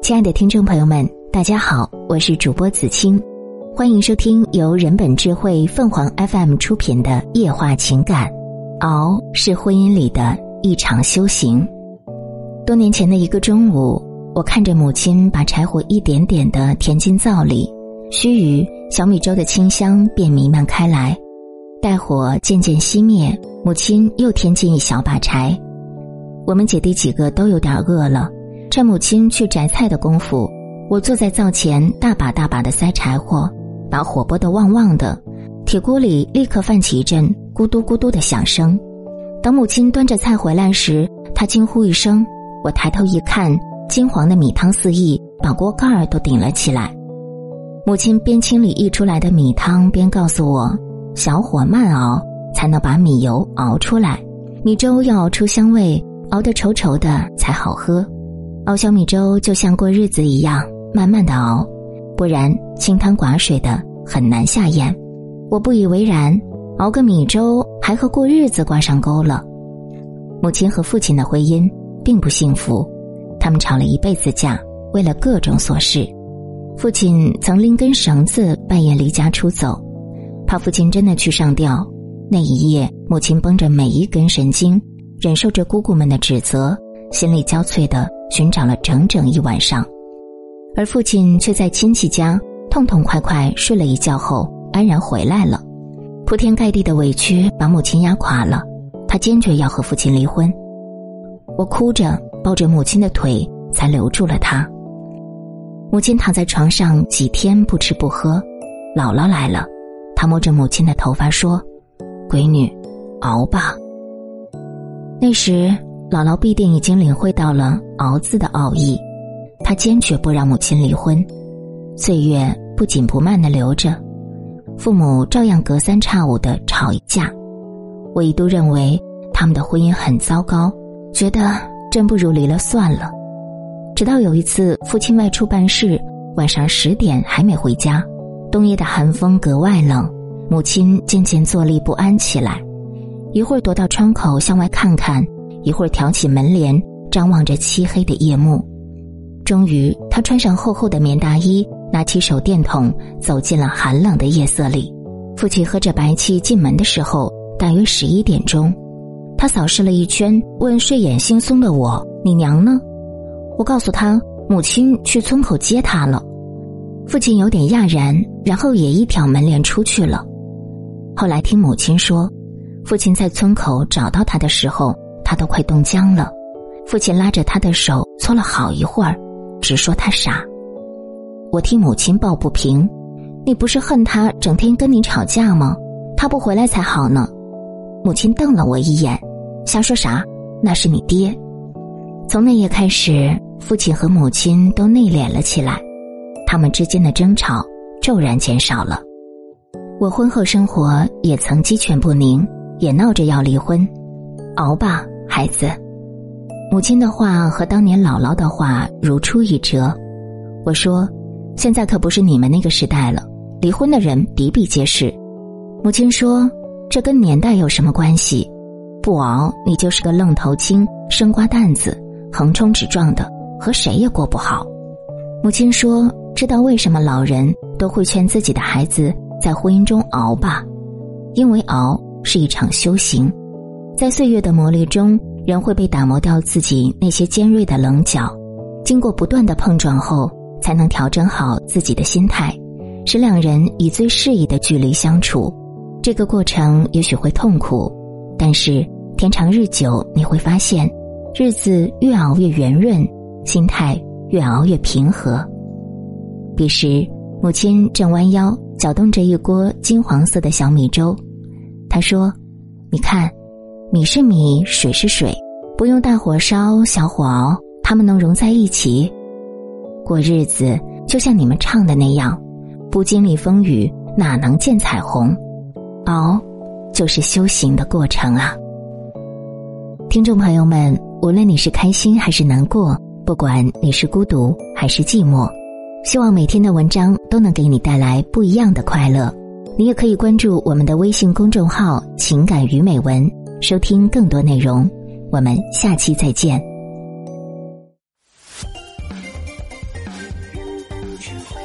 亲爱的听众朋友们，大家好，我是主播子清，欢迎收听由人本智慧凤凰 FM 出品的夜话情感。熬是婚姻里的一场修行。多年前的一个中午，我看着母亲把柴火一点点地填进灶里，须臾小米粥的清香便弥漫开来。待火渐渐熄灭，母亲又添进一小把柴。我们姐弟几个都有点饿了，趁母亲去摘菜的功夫，我坐在灶前大把大把地塞柴火，把火拨得旺旺的，铁锅里立刻泛起一阵咕嘟咕嘟的响声。等母亲端着菜回来时，她惊呼一声，我抬头一看，金黄的米汤四溢，把锅盖儿都顶了起来。母亲边清理溢出来的米汤，边告诉我，小火慢熬才能把米油熬出来，米粥要熬出香味，熬得稠稠的才好喝。熬小米粥就像过日子一样，慢慢的熬，不然清汤寡水的很难下咽。我不以为然，熬个米粥还和过日子挂上钩了。母亲和父亲的婚姻并不幸福，他们吵了一辈子架，为了各种琐事。父亲曾拎根绳子半夜离家出走，怕父亲真的去上吊。那一夜，母亲绷着每一根神经，忍受着姑姑们的指责，心力交瘁地寻找了整整一晚上。而父亲却在亲戚家痛痛快快睡了一觉后安然回来了。铺天盖地的委屈把母亲压垮了，她坚决要和父亲离婚。我哭着抱着母亲的腿才留住了她。母亲躺在床上几天不吃不喝，姥姥来了，她摸着母亲的头发说，闺女，熬吧。那时姥姥必定已经领会到了熬字的奥义，她坚决不让母亲离婚。岁月不紧不慢地流着，父母照样隔三差五地吵一架。我一度认为他们的婚姻很糟糕，觉得真不如离了算了。直到有一次父亲外出办事，晚上10点还没回家，冬夜的寒风格外冷，母亲渐渐坐立不安起来，一会儿躲到窗口向外看看，一会儿挑起门帘张望着漆黑的夜幕。终于她穿上厚厚的棉大衣，拿起手电筒走进了寒冷的夜色里。父亲喝着白气进门的时候大约11点钟，他扫视了一圈，问睡眼惺忪的我，你娘呢？我告诉他，母亲去村口接她了。父亲有点讶然，然后也一挑门帘出去了。后来听母亲说，父亲在村口找到他的时候，他都快冻僵了。父亲拉着他的手搓了好一会儿，直说他傻。我替母亲抱不平，你不是恨他整天跟你吵架吗？他不回来才好呢。母亲瞪了我一眼，瞎说啥？那是你爹。从那夜开始，父亲和母亲都内敛了起来，他们之间的争吵骤然减少了。我婚后生活也曾鸡犬不宁，也闹着要离婚。熬吧，孩子。母亲的话和当年姥姥的话如出一辙。我说，现在可不是你们那个时代了，离婚的人比比皆是。母亲说，这跟年代有什么关系？不熬，你就是个愣头青、生瓜蛋子，横冲直撞的，和谁也过不好。母亲说，知道为什么老人都会劝自己的孩子在婚姻中熬吧，因为熬是一场修行。在岁月的磨砺中，人会被打磨掉自己那些尖锐的棱角，经过不断的碰撞后，才能调整好自己的心态，使两人以最适宜的距离相处。这个过程也许会痛苦，但是天长日久，你会发现日子越熬越圆润，心态越熬越平和。彼时母亲正弯腰搅动着一锅金黄色的小米粥，她说，你看，米是米，水是水，不用大火烧小火熬，它们能融在一起。过日子就像你们唱的那样，不经历风雨哪能见彩虹，熬就是修行的过程啊。听众朋友们，无论你是开心还是难过，不管你是孤独还是寂寞，希望每天的文章都能给你带来不一样的快乐。你也可以关注我们的微信公众号情感与美文，收听更多内容。我们下期再见。 之后